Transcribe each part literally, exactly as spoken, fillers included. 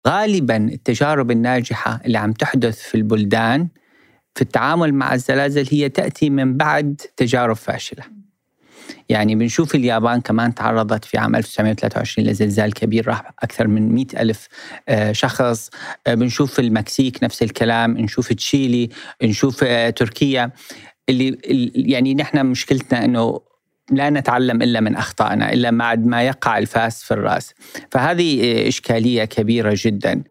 غالباً التجارب الناجحة اللي عم تحدث في البلدان في التعامل مع الزلازل هي تأتي من بعد تجارب فاشلة. يعني بنشوف اليابان كمان تعرضت في عام ألف وتسعمائة وثلاثة وعشرين لزلزال كبير راح أكثر من مئة ألف شخص. بنشوف المكسيك نفس الكلام، نشوف تشيلي، نشوف تركيا. اللي يعني نحن مشكلتنا إنه لا نتعلم إلا من أخطائنا، إلا بعد ما يقع الفاس في الرأس. فهذه إشكالية كبيرة جداً.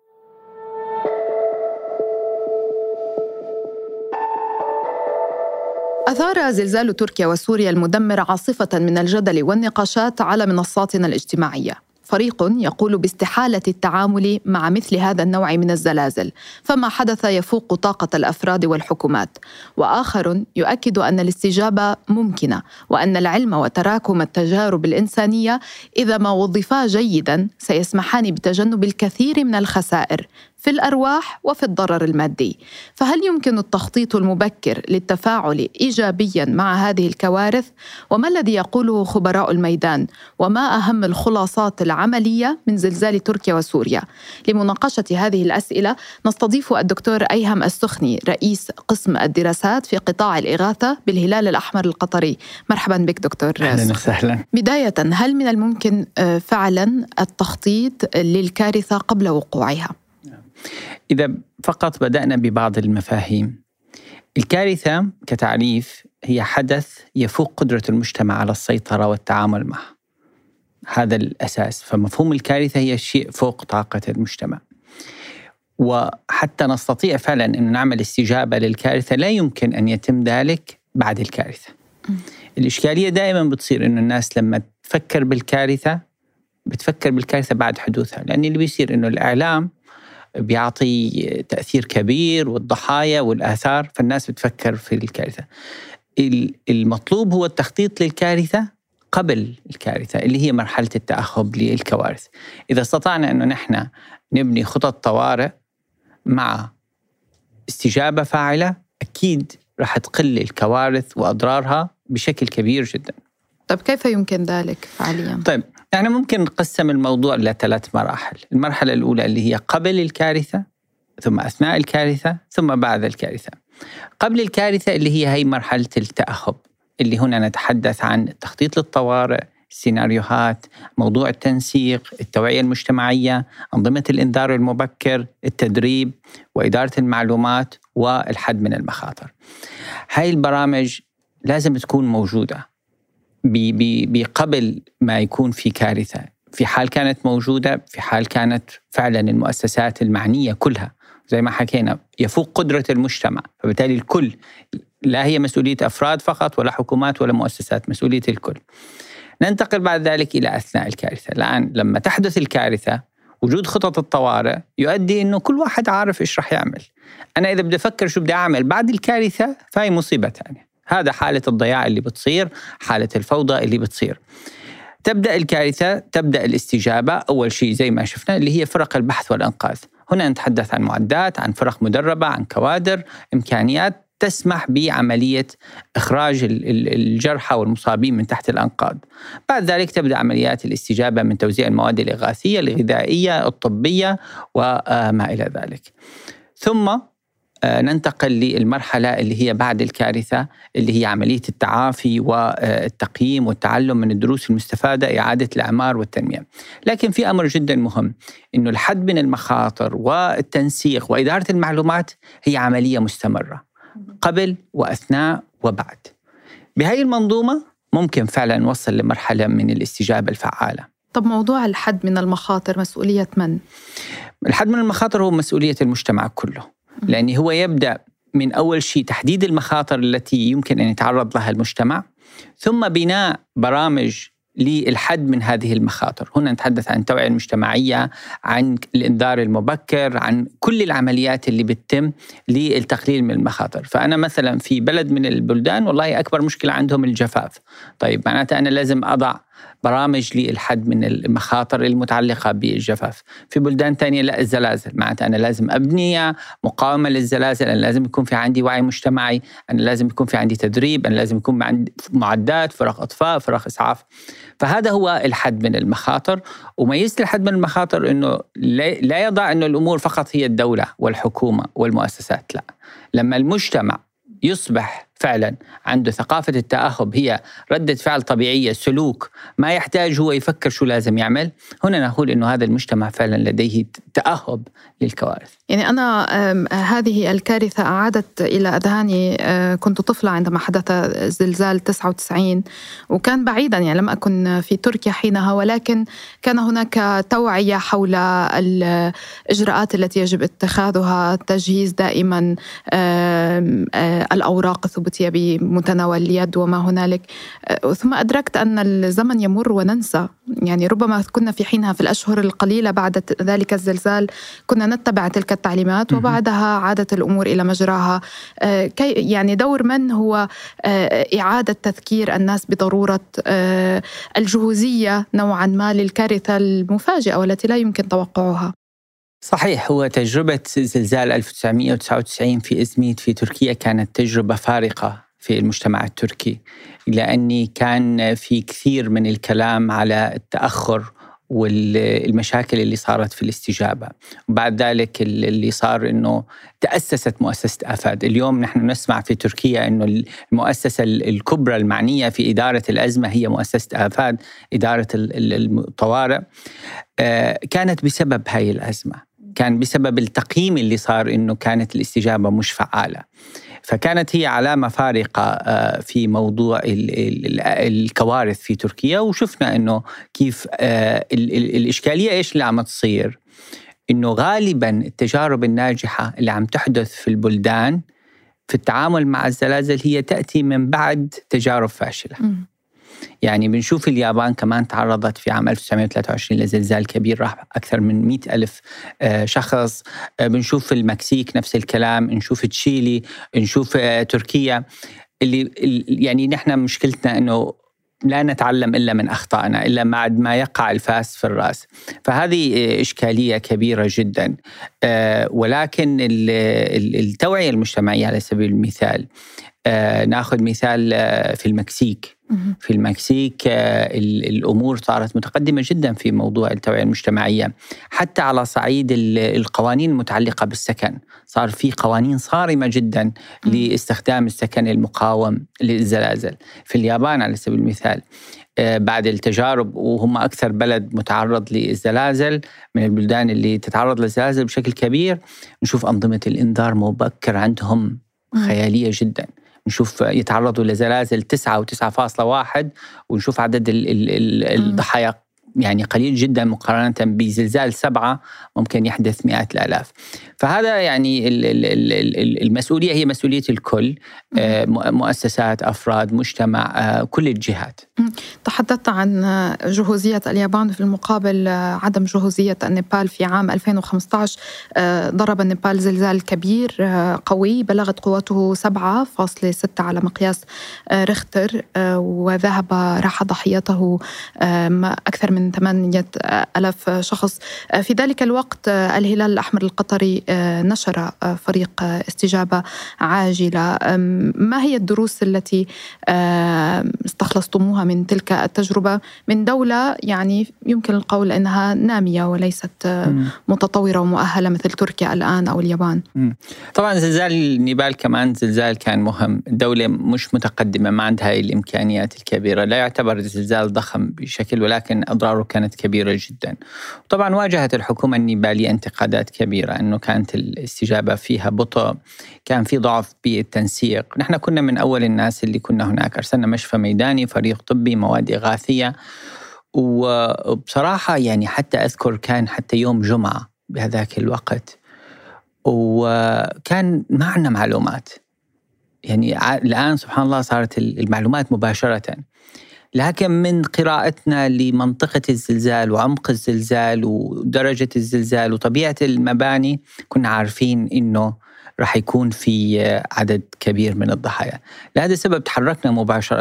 أثار زلزال تركيا وسوريا المدمر عاصفة من الجدل والنقاشات على منصاتنا الاجتماعية. فريق يقول باستحالة التعامل مع مثل هذا النوع من الزلازل، فما حدث يفوق طاقة الأفراد والحكومات، وآخر يؤكد أن الاستجابة ممكنة، وأن العلم وتراكم التجارب الإنسانية إذا ما وظفا جيداً سيسمحان بتجنب الكثير من الخسائر في الأرواح وفي الضرر المادي. فهل يمكن التخطيط المبكر للتفاعل إيجابياً مع هذه الكوارث؟ وما الذي يقوله خبراء الميدان؟ وما أهم الخلاصات العملية من زلزال تركيا وسوريا؟ لمناقشة هذه الأسئلة نستضيف الدكتور أيهم السخني، رئيس قسم الدراسات في قطاع الإغاثة بالهلال الأحمر القطري. مرحباً بك دكتور. أهلاً وسهلاً. بداية، هل من الممكن فعلاً التخطيط للكارثة قبل وقوعها؟ إذا فقط بدأنا ببعض المفاهيم، الكارثة كتعريف هي حدث يفوق قدرة المجتمع على السيطرة والتعامل معه. هذا الأساس. فمفهوم الكارثة هي شيء فوق طاقة المجتمع، وحتى نستطيع فعلا أن نعمل استجابة للكارثة لا يمكن أن يتم ذلك بعد الكارثة. الإشكالية دائما بتصير أن الناس لما تفكر بالكارثة بتفكر بالكارثة بعد حدوثها، لأن اللي بيصير أنه الإعلام بيعطي تأثير كبير والضحايا والآثار، فالناس بتفكر في الكارثة. المطلوب هو التخطيط للكارثة قبل الكارثة اللي هي مرحلة التأهب للكوارث. إذا استطعنا أنه نحن نبني خطط طوارئ مع استجابة فاعلة، أكيد رح تقل الكوارث وأضرارها بشكل كبير جدا. طيب كيف يمكن ذلك فعليا؟ طيب يعني ممكن نقسم الموضوع لثلاث مراحل. المرحلة الأولى اللي هي قبل الكارثة، ثم أثناء الكارثة، ثم بعد الكارثة. قبل الكارثة اللي هي هي مرحلة التأهب، اللي هنا نتحدث عن تخطيط للطوارئ، السيناريوهات، موضوع التنسيق، التوعية المجتمعية، أنظمة الإنذار المبكر، التدريب وإدارة المعلومات والحد من المخاطر. هاي البرامج لازم تكون موجودة بقبل ما يكون في كارثة، في حال كانت موجودة، في حال كانت فعلا المؤسسات المعنية كلها زي ما حكينا يفوق قدرة المجتمع، فبالتالي الكل، لا هي مسؤولية أفراد فقط ولا حكومات ولا مؤسسات، مسؤولية الكل. ننتقل بعد ذلك إلى أثناء الكارثة. الآن لما تحدث الكارثة وجود خطط الطوارئ يؤدي إنه كل واحد عارف إيش رح يعمل. أنا إذا بدي أفكر شو بدي أعمل بعد الكارثة فهي مصيبة تانية. هذا حالة الضياع اللي بتصير، حالة الفوضى اللي بتصير. تبدأ الكارثة، تبدأ الاستجابة. أول شيء زي ما شفنا اللي هي فرق البحث والإنقاذ. هنا نتحدث عن معدات، عن فرق مدربة، عن كوادر، إمكانيات تسمح بعملية إخراج الجرحى والمصابين من تحت الأنقاض. بعد ذلك تبدأ عمليات الاستجابة من توزيع المواد الإغاثية، الغذائية، الطبية وما إلى ذلك. ثم ننتقل للمرحلة اللي هي بعد الكارثة، اللي هي عملية التعافي والتقييم والتعلم من الدروس المستفادة، إعادة الإعمار والتنمية. لكن في أمر جدا مهم، إنه الحد من المخاطر والتنسيق وإدارة المعلومات هي عملية مستمرة قبل وأثناء وبعد. بهاي المنظومة ممكن فعلا نوصل لمرحلة من الاستجابة الفعالة. طب موضوع الحد من المخاطر مسؤولية من؟ الحد من المخاطر هو مسؤولية المجتمع كله، لأن هو يبدأ من أول شيء تحديد المخاطر التي يمكن أن يتعرض لها المجتمع، ثم بناء برامج للحد من هذه المخاطر. هنا نتحدث عن التوعية المجتمعية، عن الإنذار المبكر، عن كل العمليات اللي بتتم للتقليل من المخاطر. فأنا مثلا في بلد من البلدان والله أكبر مشكلة عندهم الجفاف. طيب معناته أنا لازم أضع برامج للحد من المخاطر المتعلقة بالجفاف. في بلدان تانية لا، الزلازل معناتها أنا لازم أبنية مقاومة للزلازل، أنا لازم يكون في عندي وعي مجتمعي، أنا لازم يكون في عندي تدريب، أنا لازم يكون عندي معدات، فرق إطفاء، فرق إسعاف. فهذا هو الحد من المخاطر. وميزة الحد من المخاطر أنه لا يضع أنه الأمور فقط هي الدولة والحكومة والمؤسسات، لا، لما المجتمع يصبح فعلا عنده ثقافة التأهب، هي ردة فعل طبيعية، سلوك ما يحتاج هو يفكر شو لازم يعمل، هنا نقول إنه هذا المجتمع فعلا لديه تأهب للكوارث. يعني أنا هذه الكارثة أعادت إلى أذهاني، كنت طفلة عندما حدث زلزال تسعة وتسعين، وكان بعيدا، يعني لم أكن في تركيا حينها، ولكن كان هناك توعية حول الإجراءات التي يجب اتخاذها، تجهيز دائما الأوراق الثبوتية بمتناول اليد وما هنالك. ثم أدركت أن الزمن يمر وننسى، يعني ربما كنا في حينها في الأشهر القليلة بعد ذلك الزلزال كنا نتبع تلك التعليمات، وبعدها عادت الأمور إلى مجراها. كي يعني دور من هو إعادة تذكير الناس بضرورة الجهوزية نوعا ما للكارثة المفاجئة والتي لا يمكن توقعها. صحيح، هو تجربة زلزال ألف وتسعمئة وتسعة وتسعين في إزميت في تركيا كانت تجربة فارقة في المجتمع التركي، لأني كان في كثير من الكلام على التأخر والمشاكل اللي صارت في الاستجابة. وبعد ذلك اللي صار إنه تأسست مؤسسة آفاد. اليوم نحن نسمع في تركيا إنه المؤسسة الكبرى المعنية في إدارة الأزمة هي مؤسسة آفاد، إدارة الطوارئ. كانت بسبب هاي الأزمة، كان بسبب التقييم اللي صار إنه كانت الاستجابة مش فعالة. فكانت هي علامة فارقة في موضوع الكوارث في تركيا. وشفنا إنه كيف الإشكالية إيش اللي عم تصير، إنه غالباً التجارب الناجحة اللي عم تحدث في البلدان في التعامل مع الزلازل هي تأتي من بعد تجارب فاشلة. م. يعني بنشوف اليابان كمان تعرضت في عام ألف وتسعمئة وثلاثة وعشرين لزلزال كبير راح أكثر من مئة ألف شخص. بنشوف المكسيك نفس الكلام، نشوف تشيلي، نشوف تركيا. اللي يعني نحن مشكلتنا إنه لا نتعلم إلا من أخطائنا، إلا بعد ما يقع الفاس في الرأس. فهذه إشكالية كبيرة جدا. ولكن التوعية المجتمعية على سبيل المثال، نأخذ مثال في المكسيك. في المكسيك الأمور صارت متقدمة جدا في موضوع التوعية المجتمعية، حتى على صعيد القوانين المتعلقة بالسكن. صار في قوانين صارمة جدا لاستخدام السكن المقاوم للزلازل. في اليابان على سبيل المثال بعد التجارب، وهم أكثر بلد متعرض للزلازل من البلدان اللي تتعرض للزلازل بشكل كبير، نشوف أنظمة الإنذار مبكر عندهم خيالية جدا. نشوف يتعرضوا لزلازل تسعة وتسعة فاصلة واحد، ونشوف عدد الضحايا يعني قليل جدا مقارنة بزلزال سبعة ممكن يحدث مئات الآلاف. فهذا يعني المسؤولية هي مسؤولية الكل، مؤسسات، أفراد، مجتمع، كل الجهات. تحدثت عن جهوزية اليابان، في المقابل عدم جهوزية النيبال. في عام ألفين وخمسة عشر ضرب النيبال زلزال كبير قوي بلغت قوته سبعة فاصلة ستة على مقياس ريختر، وذهب راح ضحيته أكثر من ثمانية ألاف شخص. في ذلك الوقت الهلال الأحمر القطري نشر فريق استجابة عاجلة. ما هي الدروس التي استخلصتموها من تلك التجربة من دولة يعني يمكن القول أنها نامية وليست متطورة ومؤهلة مثل تركيا الآن أو اليابان؟ طبعا زلزال النيبال كمان زلزال كان مهم. الدولة مش متقدمة، ما عندها الإمكانيات الكبيرة، لا يعتبر زلزال ضخم بشكل، ولكن أضراره كانت كبيرة جدا. طبعا واجهت الحكومة النيبالية انتقادات كبيرة أنه كانت الاستجابة فيها بطء، كان في ضعف بالتنسيق. نحن كنا من أول الناس اللي كنا هناك، أرسلنا مشفى ميداني، فريق طبي، مواد إغاثية. وبصراحة يعني حتى أذكر كان حتى يوم جمعة بهذاك الوقت، وكان معنا معلومات. يعني الآن سبحان الله صارت المعلومات مباشرة، لكن من قراءتنا لمنطقة الزلزال وعمق الزلزال ودرجة الزلزال وطبيعة المباني كنا عارفين إنه رح يكون في عدد كبير من الضحايا. لهذا السبب تحركنا مباشرة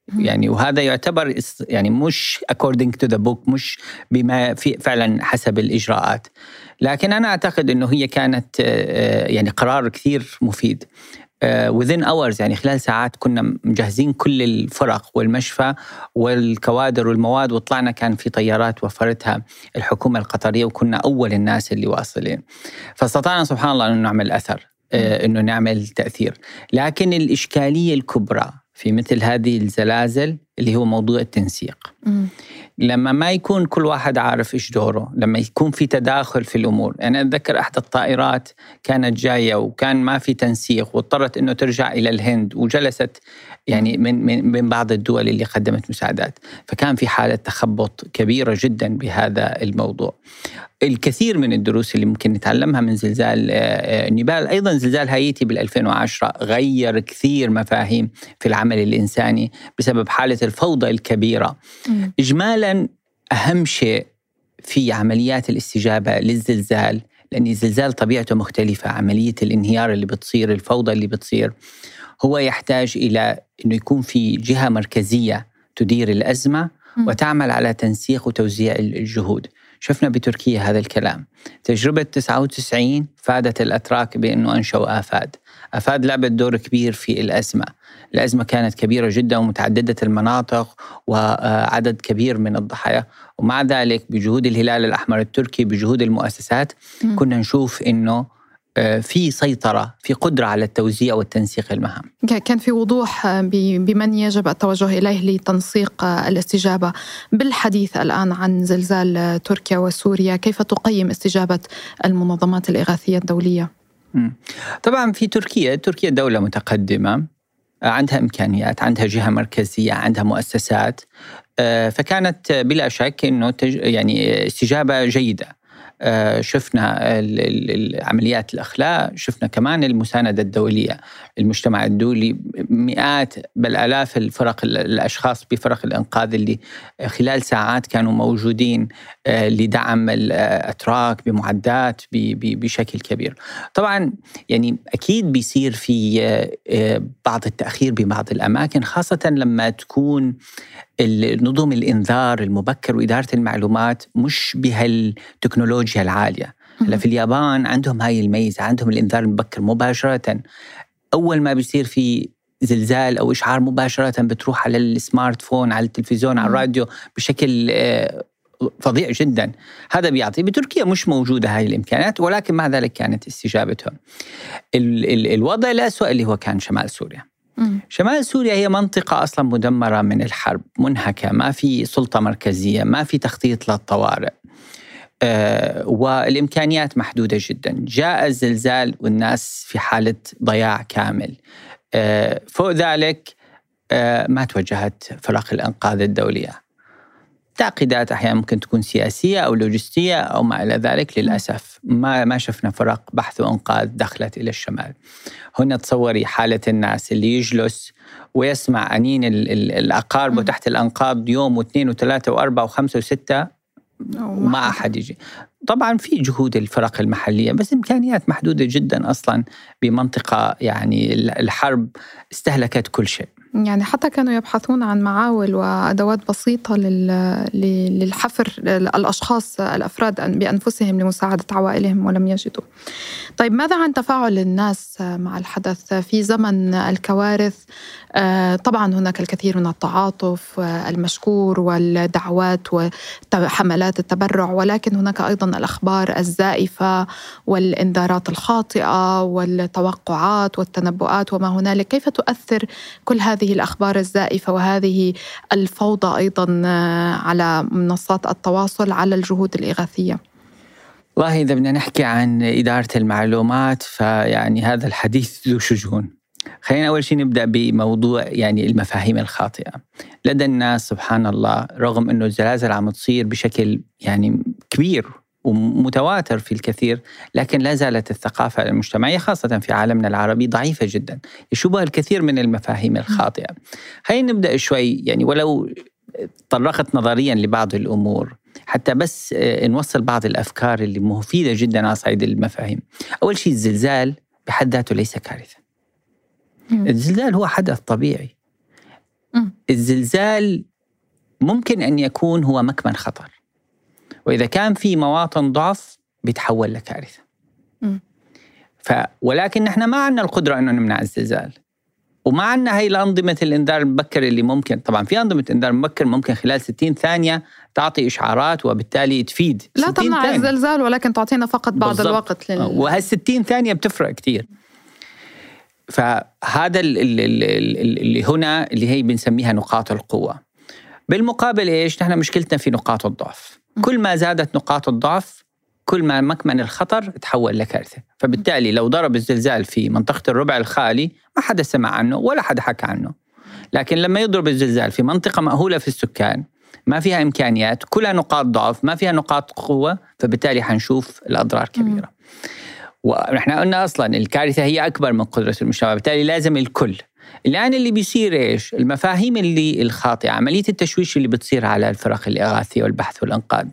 يعني وهذا يعتبر يعني مش according to the book، مش بما في فعلا حسب الإجراءات. لكن أنا أعتقد أنه هي كانت يعني قرار كثير مفيد. within hours، يعني خلال ساعات كنا مجهزين كل الفرق والمشفى والكوادر والمواد، وطلعنا كان في طيارات وفرتها الحكومة القطرية، وكنا أول الناس اللي واصلين. فاستطعنا سبحان الله أن نعمل أثر، أنه نعمل تأثير. لكن الإشكالية الكبرى في مثل هذه الزلازل اللي هو موضوع التنسيق. م. لما ما يكون كل واحد عارف إيش دوره، لما يكون في تداخل في الأمور. أنا أتذكر أحد الطائرات كانت جاية وكان ما في تنسيق، واضطرت إنه ترجع إلى الهند، وجلست يعني من من من بعض الدول اللي قدمت مساعدات. فكان في حالة تخبط كبيرة جدا بهذا الموضوع. الكثير من الدروس اللي ممكن نتعلمها من زلزال نيبال، أيضا زلزال هايتي بالألفين وعشرة غير كثير مفاهيم في العمل الإنساني بسبب حالة الفوضى الكبيرة. م. إجمالا أهم شيء في عمليات الاستجابة للزلزال، لأن الزلزال طبيعته مختلفة، عملية الانهيار اللي بتصير، الفوضى اللي بتصير، هو يحتاج إلى أنه يكون في جهة مركزية تدير الأزمة م. وتعمل على تنسيق وتوزيع الجهود. شفنا بتركيا هذا الكلام. تجربة تسعة وتسعين فادت الأتراك بأنه أنشأوا آفاد. آفاد لعبت دور كبير في الأزمة. الأزمة كانت كبيرة جدا ومتعددة المناطق وعدد كبير من الضحايا، ومع ذلك بجهود الهلال الأحمر التركي، بجهود المؤسسات، م. كنا نشوف أنه في سيطرة، في قدرة على التوزيع والتنسيق المهام. كان في وضوح بمن يجب التوجه إليه لتنسيق الاستجابة. بالحديث الآن عن زلزال تركيا وسوريا، كيف تقيم استجابة المنظمات الإغاثية الدولية؟ طبعا في تركيا، تركيا دولة متقدمة، عندها إمكانيات، عندها جهة مركزية، عندها مؤسسات، فكانت بلا شك إنه يعني استجابة جيدة. شفنا عمليات الأخلاء، شفنا كمان المساندة الدولية، المجتمع الدولي، مئات بل آلاف الفرق الأشخاص بفرق الإنقاذ اللي خلال ساعات كانوا موجودين لدعم الأتراك بمعدات بشكل كبير. طبعا يعني أكيد بيصير في بعض التأخير ببعض الأماكن، خاصة لما تكون نظم الإنذار المبكر وإدارة المعلومات مش بهالتكنولوجيا العالية. هلا في اليابان عندهم هاي الميزة، عندهم الإنذار المبكر مباشرة. أول ما بيصير في زلزال أو إشعار مباشرة بتروح على السمارت فون، على التلفزيون، على الراديو بشكل فظيع جدا. هذا بيعطي. بتركيا مش موجودة هاي الإمكانات، ولكن مع ذلك كانت استجابتهم. ال- ال- الوضع الأسوأ اللي هو كان شمال سوريا. شمال سوريا هي منطقة أصلا مدمرة من الحرب، منهكة، ما في سلطة مركزية، ما في تخطيط للطوارئ، أه والإمكانيات محدودة جدا. جاء الزلزال والناس في حالة ضياع كامل. أه فوق ذلك أه ما توجهت فرق الإنقاذ الدولية. تعقيدات أحيانا ممكن تكون سياسية أو لوجستية أو ما إلى ذلك. للأسف ما ما شفنا فرق بحث وإنقاذ دخلت إلى الشمال. هنا تصوري حالة الناس اللي يجلس ويسمع أنين الأقارب تحت الأنقاض يوم واثنين وثلاثة وأربعة وخمسة وستة وما أحد يجي. طبعا في جهود الفرق المحلية، بس إمكانيات محدودة جدا أصلا بمنطقة يعني الحرب استهلكت كل شيء. يعني حتى كانوا يبحثون عن معاول وأدوات بسيطة للحفر الأشخاص الأفراد بأنفسهم لمساعدة عوائلهم ولم يجدوا. طيب ماذا عن تفاعل الناس مع الحدث في زمن الكوارث؟ طبعا هناك الكثير من التعاطف المشكور والدعوات وحملات التبرع، ولكن هناك أيضا الأخبار الزائفة والإنذارات الخاطئة والتوقعات والتنبؤات وما هنالك. كيف تؤثر كل هذه الأخبار الزائفة وهذه الفوضى أيضا على منصات التواصل على الجهود الإغاثية؟ والله إذا بدنا نحكي عن إدارة المعلومات فيعني هذا الحديث ذو شجون. خلينا أول شيء نبدأ بموضوع يعني المفاهيم الخاطئة لدى الناس. سبحان الله، رغم أنه الزلازل عم تصير بشكل يعني كبير ومتواتر في الكثير، لكن لا زالت الثقافة المجتمعية خاصة في عالمنا العربي ضعيفة جدا، يشوبها الكثير من المفاهيم الخاطئة. خلينا نبدأ شوي يعني ولو طرقت نظريا لبعض الأمور حتى بس نوصل بعض الأفكار اللي مفيدة جدا على صعيد المفاهيم. أول شيء الزلزال بحد ذاته ليس كارثة. الزلزال هو حدث طبيعي. الزلزال ممكن أن يكون هو مكمن خطر، وإذا كان في مواطن ضعف بيتحول لكارثة. ف... ولكن نحن ما عندنا القدرة أن نمنع الزلزال، وما عندنا هاي الأنظمة الإنذار المبكر اللي ممكن، طبعا في أنظمة إنذار مبكر ممكن خلال ستين ثانية تعطي إشعارات وبالتالي تفيد. لا تمنع الزلزال ولكن تعطينا فقط بعض بالضبط. الوقت لل... وهالستين ثانية بتفرق كتير. فهذا اللي هنا اللي هي بنسميها نقاط القوة. بالمقابل إيش؟ نحن مشكلتنا في نقاط الضعف. كل ما زادت نقاط الضعف كل ما مكمن الخطر تحول لكارثة. فبالتالي لو ضرب الزلزال في منطقة الربع الخالي ما حدا سمع عنه ولا حدا حكى عنه، لكن لما يضرب الزلزال في منطقة مأهولة في السكان ما فيها إمكانيات، كلها نقاط ضعف، ما فيها نقاط قوة، فبالتالي حنشوف الأضرار كبيرة. ونحن قلنا أصلاً الكارثة هي أكبر من قدرة المجتمع، بالتالي لازم الكل. الآن اللي بيصير إيش؟ المفاهيم اللي الخاطئة، عملية التشويش اللي بتصير على الفرق الإغاثية والبحث والإنقاذ،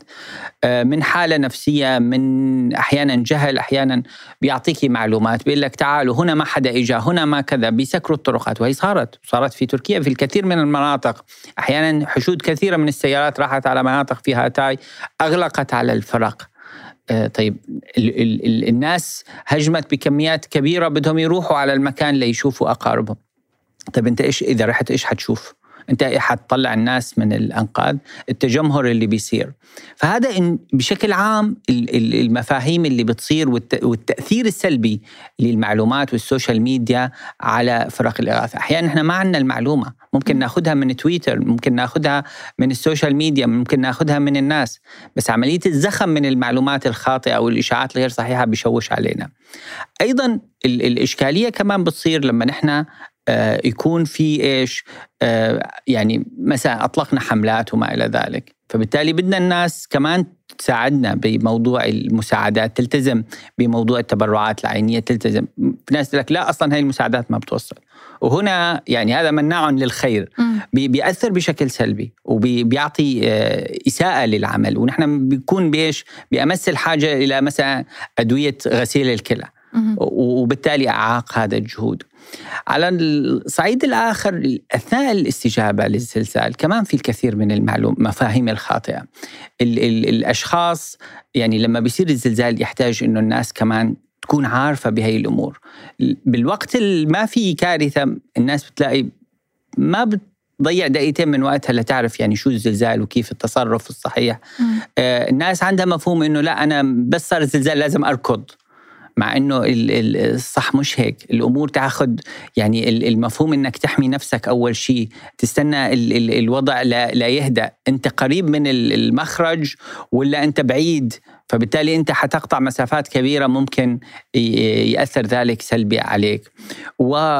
من حالة نفسية، من أحياناً جهل، أحياناً بيعطيكي معلومات بيقول لك تعالوا هنا ما حدا إجا، هنا ما كذا، بيسكروا الطرقات. وهي صارت صارت في تركيا في الكثير من المناطق. أحياناً حشود كثيرة من السيارات راحت على مناطق فيها هاتاي أغلقت على الفرق. طيب ال- ال- الناس هجمت بكميات كبيرة، بدهم يروحوا على المكان ليشوفوا أقاربهم. طيب أنت إيش إذا رحت إيش حتشوف؟ أنت حتطلع الناس من الأنقاض، التجمهر اللي بيصير. فهذا بشكل عام المفاهيم اللي بتصير والتأثير السلبي للمعلومات والسوشيال ميديا على فرق الإغاثة. أحيانا إحنا ما عندنا المعلومة، ممكن ناخدها من تويتر، ممكن ناخدها من السوشيال ميديا، ممكن ناخدها من الناس، بس عملية الزخم من المعلومات الخاطئة أو الإشاعات الغير صحيحة بيشوش علينا. أيضا الإشكالية كمان بتصير لما نحن آه يكون في إيش آه يعني مثلا أطلقنا حملات وما إلى ذلك، فبالتالي بدنا الناس كمان تساعدنا بموضوع المساعدات، تلتزم بموضوع التبرعات العينية، تلتزم. في ناس لك لا أصلا هاي المساعدات ما بتوصل، وهنا يعني هذا مناع للخير، بي بيأثر بشكل سلبي وبيعطي آه إساءة للعمل، ونحن بيكون بإيش بأمس الحاجة إلى مثلا أدوية غسيل الكلى، وبالتالي أعاق هذا الجهود. على الصعيد الآخر أثناء الاستجابة للزلزال كمان في الكثير من المعلوم مفاهيم الخاطئة. ال ال الأشخاص يعني لما بيصير الزلزال يحتاج إنه الناس كمان تكون عارفة بهاي الأمور. بالوقت ما في كارثة الناس بتلاقي ما بتضيع دقيقتين من وقتها لتعرف يعني شو الزلزال وكيف التصرف الصحيح. آه الناس عندها مفهوم إنه لا أنا بس صار الزلزال لازم أركض، مع إنه الصح مش هيك. الأمور تأخذ يعني المفهوم إنك تحمي نفسك أول شيء، تستنى الوضع لا يهدأ، أنت قريب من المخرج ولا أنت بعيد، فبالتالي أنت حتقطع مسافات كبيرة ممكن يأثر ذلك سلبي عليك. و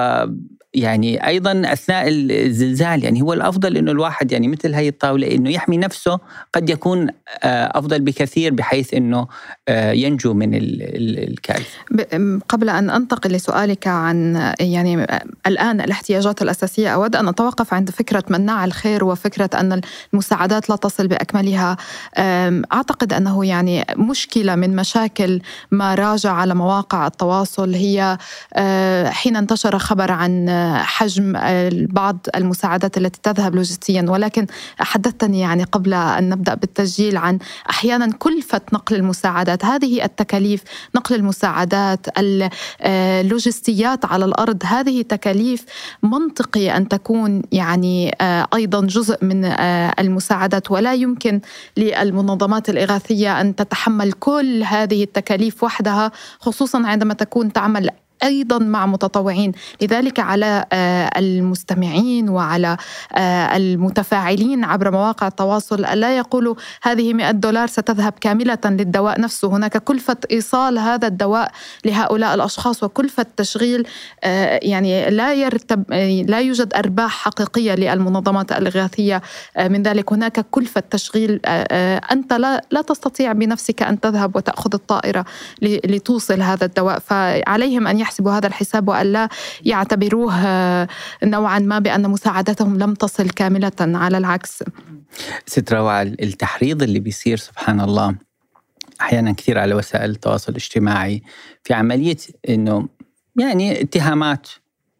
يعني أيضاً أثناء الزلزال يعني هو الأفضل إنه الواحد يعني مثل هاي الطاولة إنه يحمي نفسه قد يكون أفضل بكثير بحيث إنه ينجو من الكارثة. قبل أن أنتقل لسؤالك عن يعني الآن الاحتياجات الأساسية، أود أن أتوقف عند فكرة مناع الخير وفكرة أن المساعدات لا تصل بأكملها. أعتقد أنه يعني مشكلة من مشاكل ما راجع على مواقع التواصل هي حين انتشر خبر عن حجم بعض المساعدات التي تذهب لوجستيا، ولكن حدثتني يعني قبل أن نبدأ بالتسجيل عن أحيانا كلفة نقل المساعدات. هذه التكاليف، نقل المساعدات، اللوجستيات على الأرض، هذه تكاليف منطقي أن تكون يعني أيضا جزء من المساعدات، ولا يمكن للمنظمات الإغاثية أن تتحمل كل هذه التكاليف وحدها، خصوصا عندما تكون تعمل أيضاً مع متطوعين. لذلك على المستمعين وعلى المتفاعلين عبر مواقع التواصل لا يقولوا هذه مئة دولار ستذهب كاملة للدواء نفسه. هناك كلفة إيصال هذا الدواء لهؤلاء الأشخاص وكلفة تشغيل، يعني لا يرتب لا يوجد أرباح حقيقية للمنظمات الإغاثية من ذلك. هناك كلفة تشغيل، أنت لا لا تستطيع بنفسك أن تذهب وتأخذ الطائرة لتوصل هذا الدواء، فعليهم أن يحسبوا هذا الحساب وألا يعتبروه نوعا ما بأن مساعدتهم لم تصل كاملة. على العكس. ست روعة، التحريض اللي بيصير سبحان الله أحيانا كثير على وسائل التواصل الاجتماعي في عملية إنه يعني اتهامات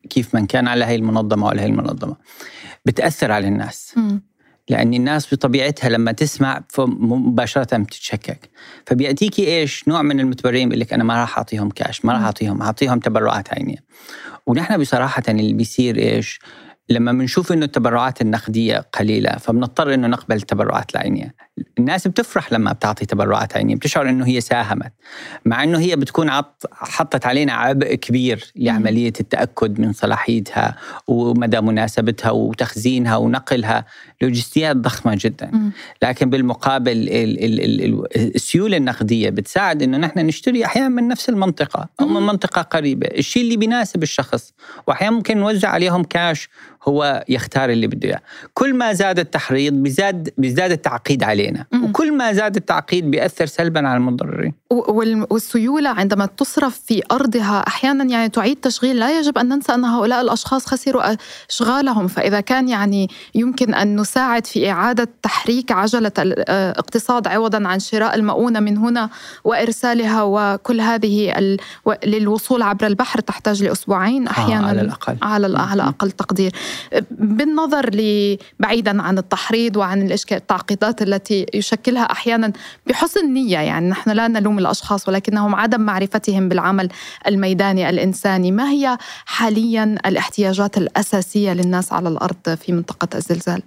كيف من كان على هاي المنظمة وعلى هاي المنظمة بتأثر على الناس. م. لأن الناس بطبيعتها لما تسمع مباشرة بتتشكك، فبيأتيكي إيش نوع من المتبرعين بيقول لك أنا ما راح أعطيهم كاش، ما راح أعطيهم أعطيهم تبرعات عينية. ونحن بصراحة اللي بيصير إيش لما بنشوف إنه التبرعات النقدية قليلة فبنضطر إنه نقبل التبرعات العينية. الناس بتفرح لما بتعطي تبرعات عينية، بتشعر إنه هي ساهمت، مع إنه هي بتكون عط حطت علينا عبء كبير لعملية التأكد من صلاحيتها ومدى مناسبتها وتخزينها ونقلها، لوجستيات ضخمة جدا. لكن بالمقابل ال ال ال السيولة النقدية بتساعد إنه نحن نشتري أحيانا من نفس المنطقة أو من منطقة قريبة الشيء اللي بيناسب الشخص، وأحيانا ممكن نوزع عليهم كاش هو يختار اللي بده إياه. كل ما زاد التحريض بيزاد بيزداد التعقيد علينا، م- وكل ما زاد التعقيد بيأثر سلبا على المتضررين. والسيولة عندما تصرف في أرضها أحيانا يعني تعيد تشغيل. لا يجب أن ننسى أن هؤلاء الأشخاص خسروا أشغالهم، فإذا كان يعني يمكن أن نساعد في إعادة تحريك عجلة الاقتصاد عوضا عن شراء المؤونة من هنا وإرسالها، وكل هذه ال... للوصول عبر البحر تحتاج لأسبوعين أحيانا آه على الأقل على, على أقل تقدير. بالنظر لي بعيدا عن التحريض وعن الإشكال التعقيدات التي يشكلها أحيانا بحسن نية، يعني نحن لا نلوم الأشخاص ولكنهم عدم معرفتهم بالعمل الميداني الإنساني، ما هي حاليا الاحتياجات الأساسية للناس على الأرض في منطقة الزلزال؟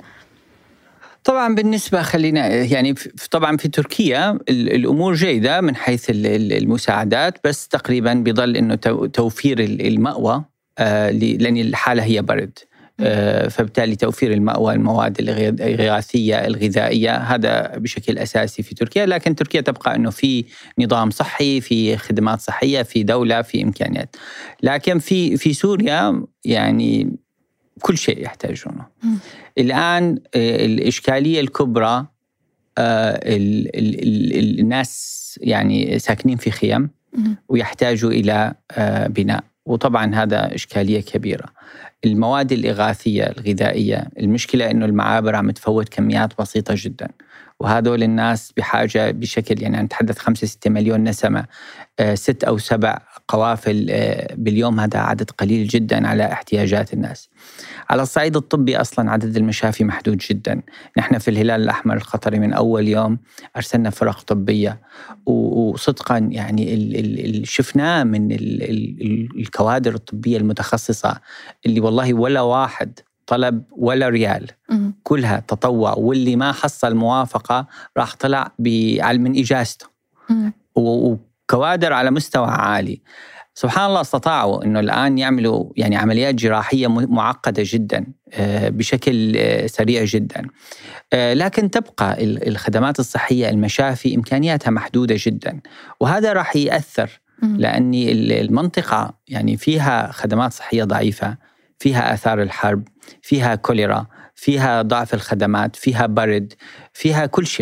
طبعا بالنسبة خلينا يعني طبعا في تركيا الأمور جيدة من حيث المساعدات، بس تقريبا بيضل إنه توفير المأوى لأن الحالة هي برد، فبالتالي توفير المأوى، المواد الإغاثية الغذائية، هذا بشكل أساسي في تركيا. لكن تركيا تبقى أنه في نظام صحي، في خدمات صحية، في دولة، في إمكانيات. لكن في في سوريا يعني كل شيء يحتاجونه. م. الآن الإشكالية الكبرى ال ال ال الناس يعني ساكنين في خيام م. ويحتاجوا إلى بناء، وطبعا هذا إشكالية كبيرة. المواد الإغاثية الغذائية، المشكلة إنه المعابر عم تفوت كميات بسيطة جدا، وهذول الناس بحاجة بشكل يعني نتحدث خمسة ستة مليون نسمة، ست أو سبع قوافل باليوم، هذا عدد قليل جدا على احتياجات الناس. على الصعيد الطبي أصلا عدد المشافي محدود جدا. نحن في الهلال الأحمر القطري من أول يوم أرسلنا فرق طبية، وصدقا يعني اللي شفناه من الكوادر الطبية المتخصصة اللي والله ولا واحد طلب ولا ريال، م- كلها تطوع، واللي ما حصل موافقة راح طلع من إجازته، م- وكوادر على مستوى عالي. سبحان الله استطاعوا إنه الآن يعملوا يعني عمليات جراحية معقدة جدا بشكل سريع جدا. لكن تبقى الخدمات الصحية، المشافي إمكانياتها محدودة جدا، وهذا راح يأثر لأن المنطقة يعني فيها خدمات صحية ضعيفة، فيها آثار الحرب، فيها كوليرا، فيها ضعف الخدمات، فيها برد، فيها كل شيء.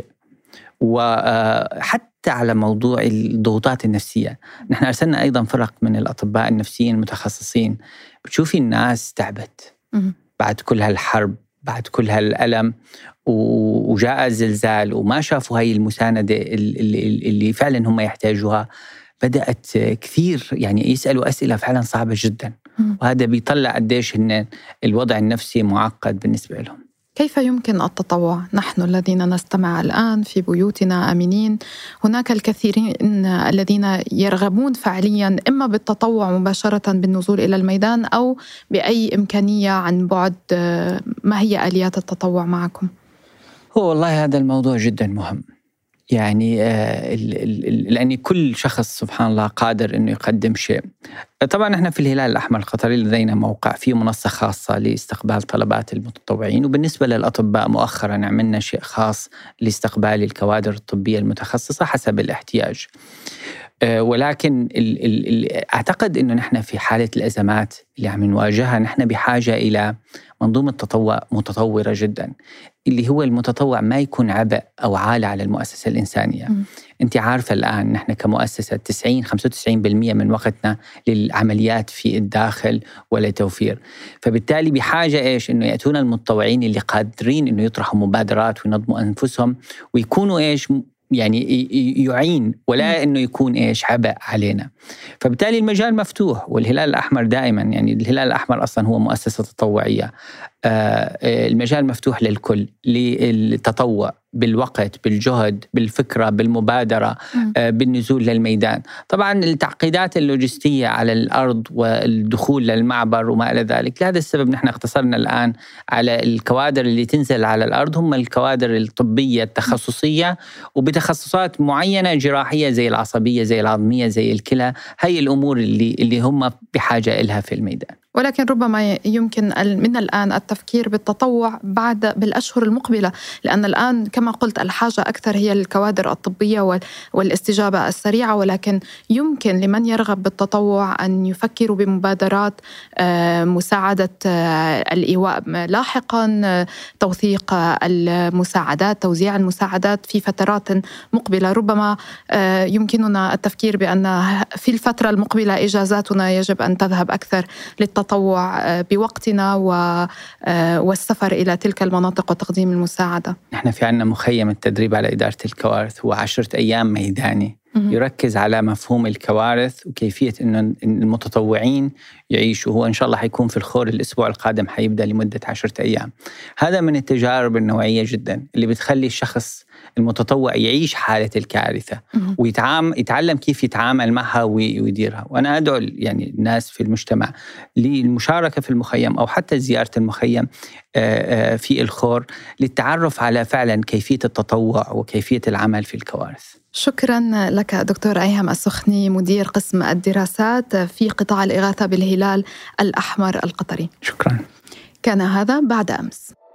وحتى على موضوع الضغوطات النفسية، نحن أرسلنا أيضا فرق من الأطباء النفسيين المتخصصين. بتشوفي الناس تعبت بعد كل هالحرب، بعد كل هالألم، وجاء الزلزال وما شافوا هاي المساندة اللي, اللي فعلا هم يحتاجوها. بدأت كثير يعني يسألوا أسئلة فعلا صعبة جدا، وهذا بيطلع قديش إن الوضع النفسي معقد بالنسبة لهم. كيف يمكن التطوع؟ نحن الذين نستمع الآن في بيوتنا آمنين، هناك الكثيرين الذين يرغبون فعليا إما بالتطوع مباشرة بالنزول إلى الميدان أو بأي إمكانية عن بعد. ما هي آليات التطوع معكم؟ هو والله هذا الموضوع جدا مهم، يعني لأن كل شخص سبحان الله قادر إنه يقدم شيء. طبعا احنا في الهلال الأحمر القطري لدينا موقع فيه منصة خاصة لاستقبال طلبات المتطوعين، وبالنسبة للأطباء مؤخرا عملنا شيء خاص لاستقبال الكوادر الطبية المتخصصة حسب الاحتياج. ولكن ال ال ال أعتقد إنه نحن في حالة الأزمات اللي عم نواجهها نحن بحاجة إلى منظومة تطوع متطورة جدا، اللي هو المتطوع ما يكون عبء أو عالة على المؤسسة الإنسانية. م. أنت عارفة الآن نحن كمؤسسة تسعين خمسة وتسعين بالمئة من وقتنا للعمليات في الداخل ولتوفير، فبالتالي بحاجة إيش إنه يأتون المتطوعين اللي قادرين إنه يطرحوا مبادرات وينظموا أنفسهم ويكونوا إيش يعني يعين ولا أنه يكون إيش عبء علينا. فبالتالي المجال مفتوح، والهلال الأحمر دائما، يعني الهلال الأحمر أصلا هو مؤسسة تطوعية، المجال مفتوح للكل للتطوع بالوقت، بالجهد، بالفكرة، بالمبادرة، بالنزول للميدان. طبعا التعقيدات اللوجستية على الأرض والدخول للمعبر وما إلى ذلك، لهذا السبب نحن اختصرنا الآن على الكوادر اللي تنزل على الأرض، هم الكوادر الطبية التخصصية وبتخصصات معينة جراحية زي العصبية، زي العظمية، زي الكلى. هي الأمور اللي, اللي هم بحاجة إلها في الميدان. ولكن ربما يمكن من الآن التفكير بالتطوع بعد بالأشهر المقبلة، لأن الآن كما قلت الحاجة أكثر هي الكوادر الطبية والاستجابة السريعة، ولكن يمكن لمن يرغب بالتطوع أن يفكروا بمبادرات مساعدة الإيواء لاحقا، توثيق المساعدات، توزيع المساعدات في فترات مقبلة. ربما يمكننا التفكير بأن في الفترة المقبلة إجازاتنا يجب أن تذهب أكثر للتطوع بوقتنا والسفر إلى تلك المناطق وتقديم المساعدة. نحن في عنا مخيم التدريب على إدارة الكوارث، هو عشرة أيام ميداني يركز على مفهوم الكوارث وكيفية أن المتطوعين يعيشوا. هو إن شاء الله حيكون في الخور الأسبوع القادم، حيبدأ لمدة عشرة أيام. هذا من التجارب النوعية جدا اللي بتخلي الشخص المتطوع يعيش حالة الكارثة ويتعامل يتعلم كيف يتعامل معها ويديرها. وأنا أدعو يعني الناس في المجتمع للمشاركة في المخيم أو حتى زيارة المخيم في الخور للتعرف على فعلا كيفية التطوع وكيفية العمل في الكوارث. شكرا لك دكتور أيهم السخني، مدير قسم الدراسات في قطاع الإغاثة بالهلال الأحمر القطري. شكرا. كان هذا بعد أمس.